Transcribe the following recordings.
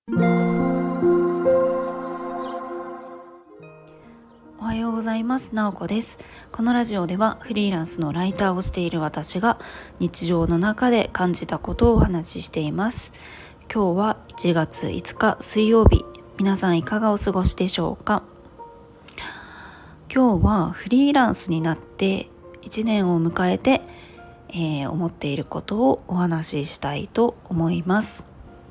おはようございます。なおこです。このラジオではフリーランスのライターをしている私が日常の中で感じたことをお話ししています。今日は1月5日水曜日。皆さんいかがお過ごしでしょうか？今日はフリーランスになって1年を迎えて、思っていることをお話ししたいと思います。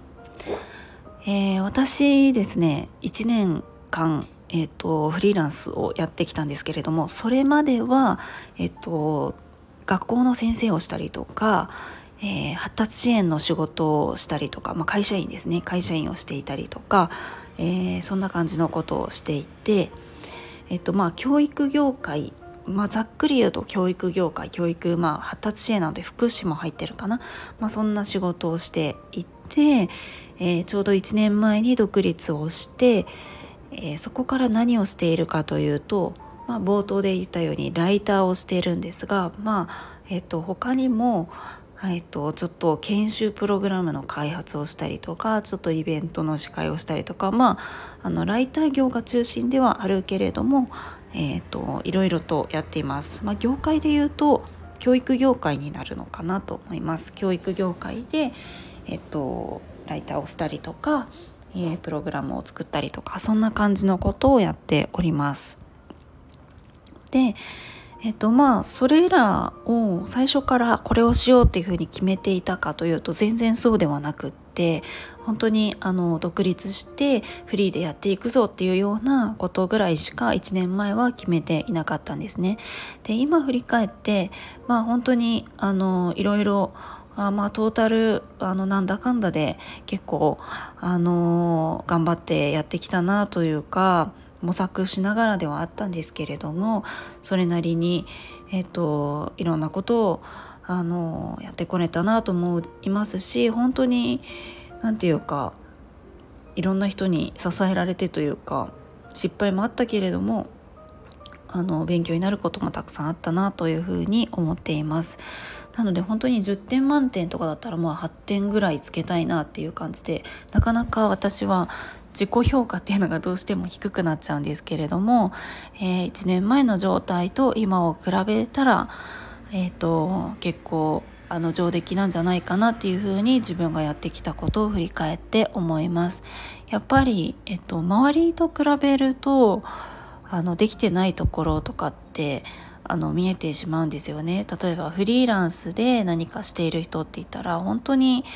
私ですね、1年間、フリーランスをやってきたんですけれども、それまでは、学校の先生をしたりとか、発達支援の仕事をしたりとか、会社員ですね、会社員をしていたりとか、そんな感じのことをしていて、教育業界、ざっくり言うと教育業界、発達支援なので福祉も入ってるかな、そんな仕事をしていて、ちょうど1年前に独立をして、そこから何をしているかというと、冒頭で言ったようにライターをしているんですが、他にも、ちょっと研修プログラムの開発をしたりとか、ちょっとイベントの司会をしたりとか、ライター業が中心ではあるけれども、いろいろとやっています。業界で言うと教育業界になるのかなと思います。教育業界で、ライターをしたりとか、プログラムを作ったりとか、そんな感じのことをやっております。で、それらを最初からこれをしようっていうふうに決めていたかというと全然そうではなくって、本当に独立してフリーでやっていくぞっていうようなことぐらいしか1年前は決めていなかったんですね。で、今振り返って本当にいろいろトータルなんだかんだで結構頑張ってやってきたなというか、模索しながらではあったんですけれども、それなりにいろんなことをやってこれたなと思いますし、本当になんていうか、いろんな人に支えられてというか、失敗もあったけれども勉強になることもたくさんあったなというふうに思っています。なので本当に10点満点とかだったら8点ぐらいつけたいなっていう感じで、なかなか私は自己評価っていうのがどうしても低くなっちゃうんですけれども、1年前の状態と今を比べたら、結構上出来なんじゃないかなっていうふうに自分がやってきたことを振り返って思います。やっぱり、周りと比べるとできてないところとかって見えてしまうんですよね。例えばフリーランスで何かしている人って言ったら、本当に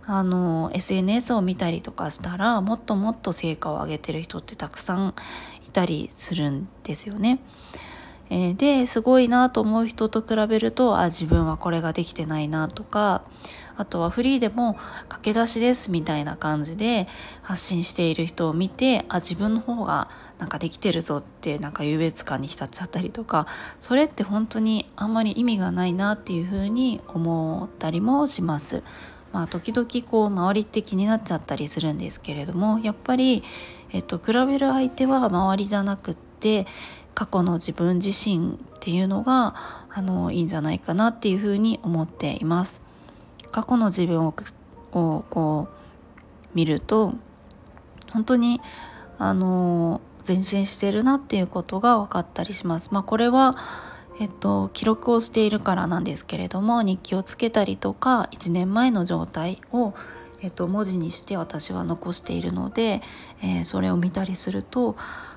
SNS を見たりとかしたらもっともっと成果を上げてる人ってたくさんいたりするんですよね。ですごいなと思う人と比べると、自分はこれができてないなとか、あとはフリーでも駆け出しですみたいな感じで発信している人を見て、自分の方がなんかできてるぞって優越感に浸っちゃったりとか、それって本当にあんまり意味がないなっていうふうに思ったりもします。時々周りって気になっちゃったりするんですけれども、やっぱり、比べる相手は周りじゃなくって、過去の自分自身っていうのがいいんじゃないかなっていうふうに思っています。過去の自分を見ると本当に前進してるなっていうことが分かったりします。これは記録をしているからなんですけれども、日記をつけたりとか1年前の状態を文字にして私は残しているので、それを見たりすると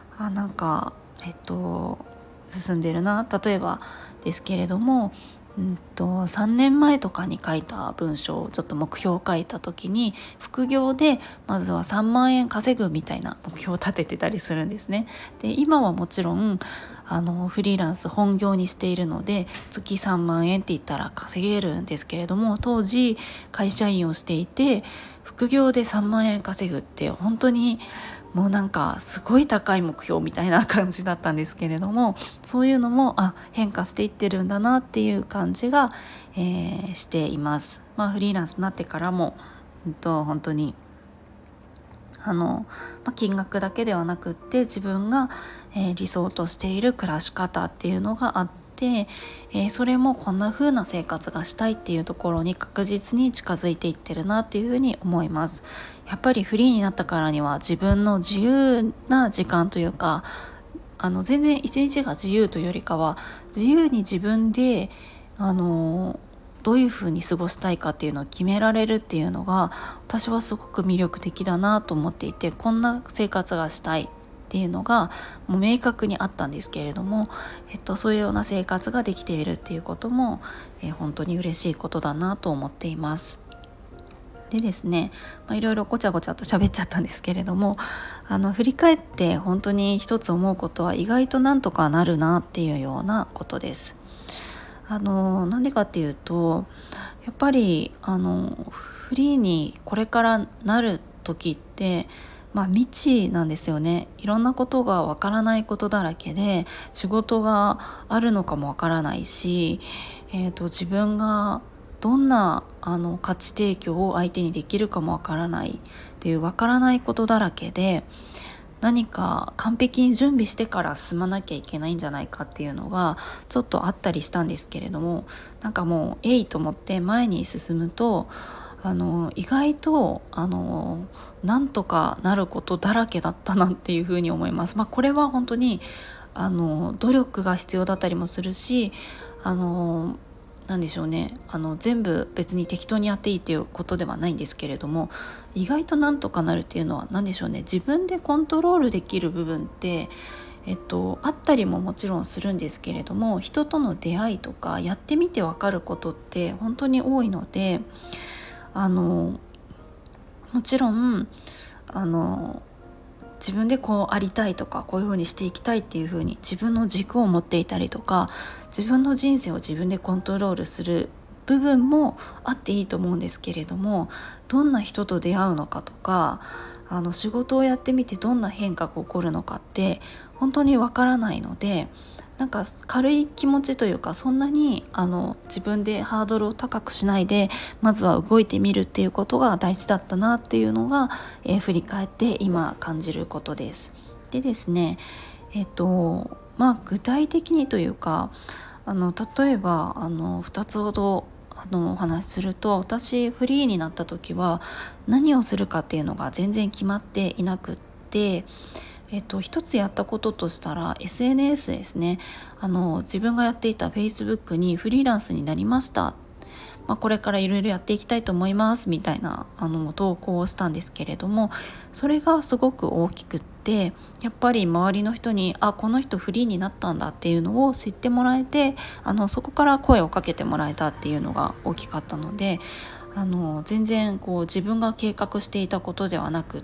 進んでるな。例えばですけれども、3年前とかに書いた文章をちょっと目標を書いた時に、副業でまずは3万円稼ぐみたいな目標を立ててたりするんですね。で、今はもちろんフリーランス本業にしているので月3万円って言ったら稼げるんですけれども、当時会社員をしていて副業で3万円稼ぐって本当にもうすごい高い目標みたいな感じだったんですけれども、そういうのも変化していってるんだなっていう感じが、しています。フリーランスになってからも、本当に金額だけではなくって自分が、理想としている暮らし方っていうのがあって、 て、それもこんな風な生活がしたいっていうところに確実に近づいていってるなっていうふうに思います。やっぱりフリーになったからには自分の自由な時間というか、全然一日が自由というよりかは自由に自分でどういうふうに過ごしたいかっていうのを決められるっていうのが私はすごく魅力的だなと思っていて、こんな生活がしたいっていうのがもう明確にあったんですけれども、そういうような生活ができているっていうことも、本当に嬉しいことだなと思っています。でですね、いろいろごちゃごちゃと喋っちゃったんですけれども、振り返って本当に一つ思うことは意外となんとかなるなっていうようなことです。なんでかっていうと、やっぱりフリーにこれからなる時って、未知なんですよね。いろんなことがわからないことだらけで、仕事があるのかもわからないし、自分がどんな価値提供を相手にできるかもわからないっていうわからないことだらけで、何か完璧に準備してから進まなきゃいけないんじゃないかっていうのがちょっとあったりしたんですけれども、なんかもうえいと思って前に進むと意外となんとかなることだらけだったなっていうふうに思います。これは本当に努力が必要だったりもするし、なんでしょうね、全部別に適当にやっていいっていうことではないんですけれども、意外となんとかなるっていうのは何でしょうね、自分でコントロールできる部分って、あったりももちろんするんですけれども、人との出会いとかやってみて分かることって本当に多いので、もちろん自分でこうありたいとかこういう風にしていきたいっていう風に自分の軸を持っていたりとか、自分の人生を自分でコントロールする部分もあっていいと思うんですけれども、どんな人と出会うのかとか仕事をやってみてどんな変化が起こるのかって本当にわからないので、なんか軽い気持ちというか、そんなに自分でハードルを高くしないでまずは動いてみるっていうことが大事だったなっていうのが、振り返って今感じることです。でですね、具体的にというか例えば2つほどお話しすると、私フリーになった時は何をするかっていうのが全然決まっていなくって、一つやったこととしたら SNS ですね。自分がやっていた Facebook にフリーランスになりました、これからいろいろやっていきたいと思いますみたいな投稿をしたんですけれども、それがすごく大きくって、やっぱり周りの人にこの人フリーになったんだっていうのを知ってもらえて、そこから声をかけてもらえたっていうのが大きかったので、全然こう自分が計画していたことではなくって、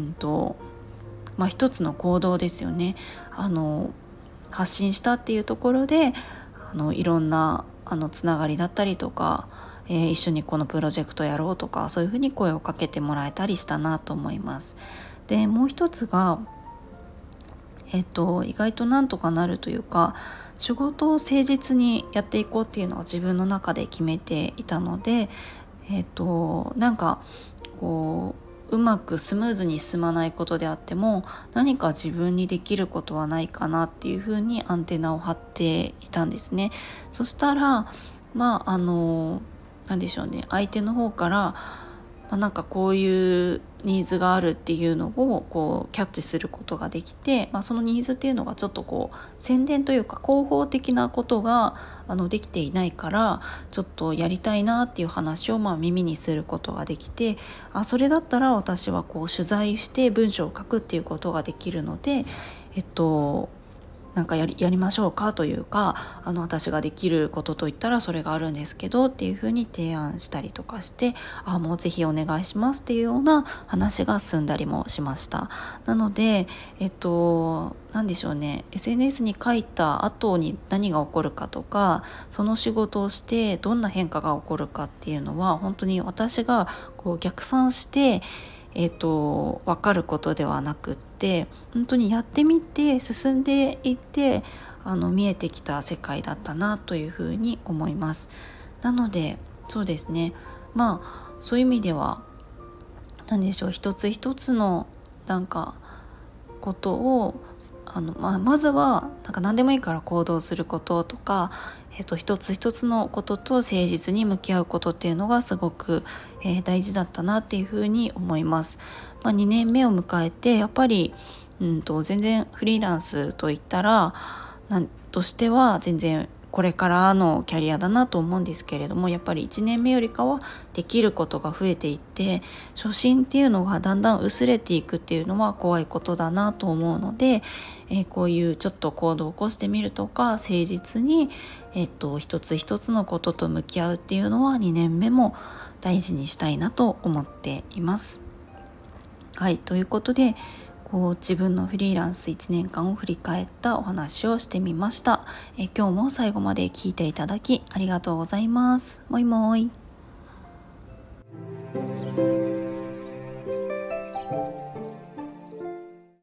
一つの行動ですよね。発信したっていうところでいろんなつながりだったりとか、一緒にこのプロジェクトやろうとか、そういうふうに声をかけてもらえたりしたなと思います。でもう一つが、意外となんとかなるというか、仕事を誠実にやっていこうっていうのは自分の中で決めていたので、なんかこうまくスムーズに進まないことであっても、何か自分にできることはないかなっていうふうにアンテナを張っていたんですね。そしたらなんでしょうね、相手の方から、なんかこういうニーズがあるっていうのをこうキャッチすることができて、そのニーズっていうのがちょっとこう宣伝というか広報的なことができていないから、ちょっとやりたいなっていう話を耳にすることができて、それだったら私はこう取材して文章を書くっていうことができるので、なんかやりましょうかというか、私ができることといったらそれがあるんですけどっていうふうに提案したりとかして、もうぜひお願いしますっていうような話が進んだりもしました。なのでなんでしょうね、 SNS に書いた後に何が起こるかとか、その仕事をしてどんな変化が起こるかっていうのは本当に私がこう逆算して分かることではなくって、本当にやってみて進んでいって見えてきた世界だったなというふうに思います。なのでそうですね、そういう意味では何でしょう、一つ一つのなんかことをまずはなんか何でもいいから行動することとか、一つ一つのことと誠実に向き合うことっていうのがすごく、大事だったなっていうふうに思います。2年目を迎えてやっぱり、全然フリーランスといったらとしては全然これからのキャリアだなと思うんですけれども、やっぱり1年目よりかはできることが増えていって、初心っていうのがだんだん薄れていくっていうのは怖いことだなと思うので、こういうちょっと行動を起こしてみるとか誠実に、一つ一つのことと向き合うっていうのは2年目も大事にしたいなと思っています。はい、ということで自分のフリーランス1年間を振り返ったお話をしてみました。今日も最後まで聞いていただきありがとうございます。もいもい。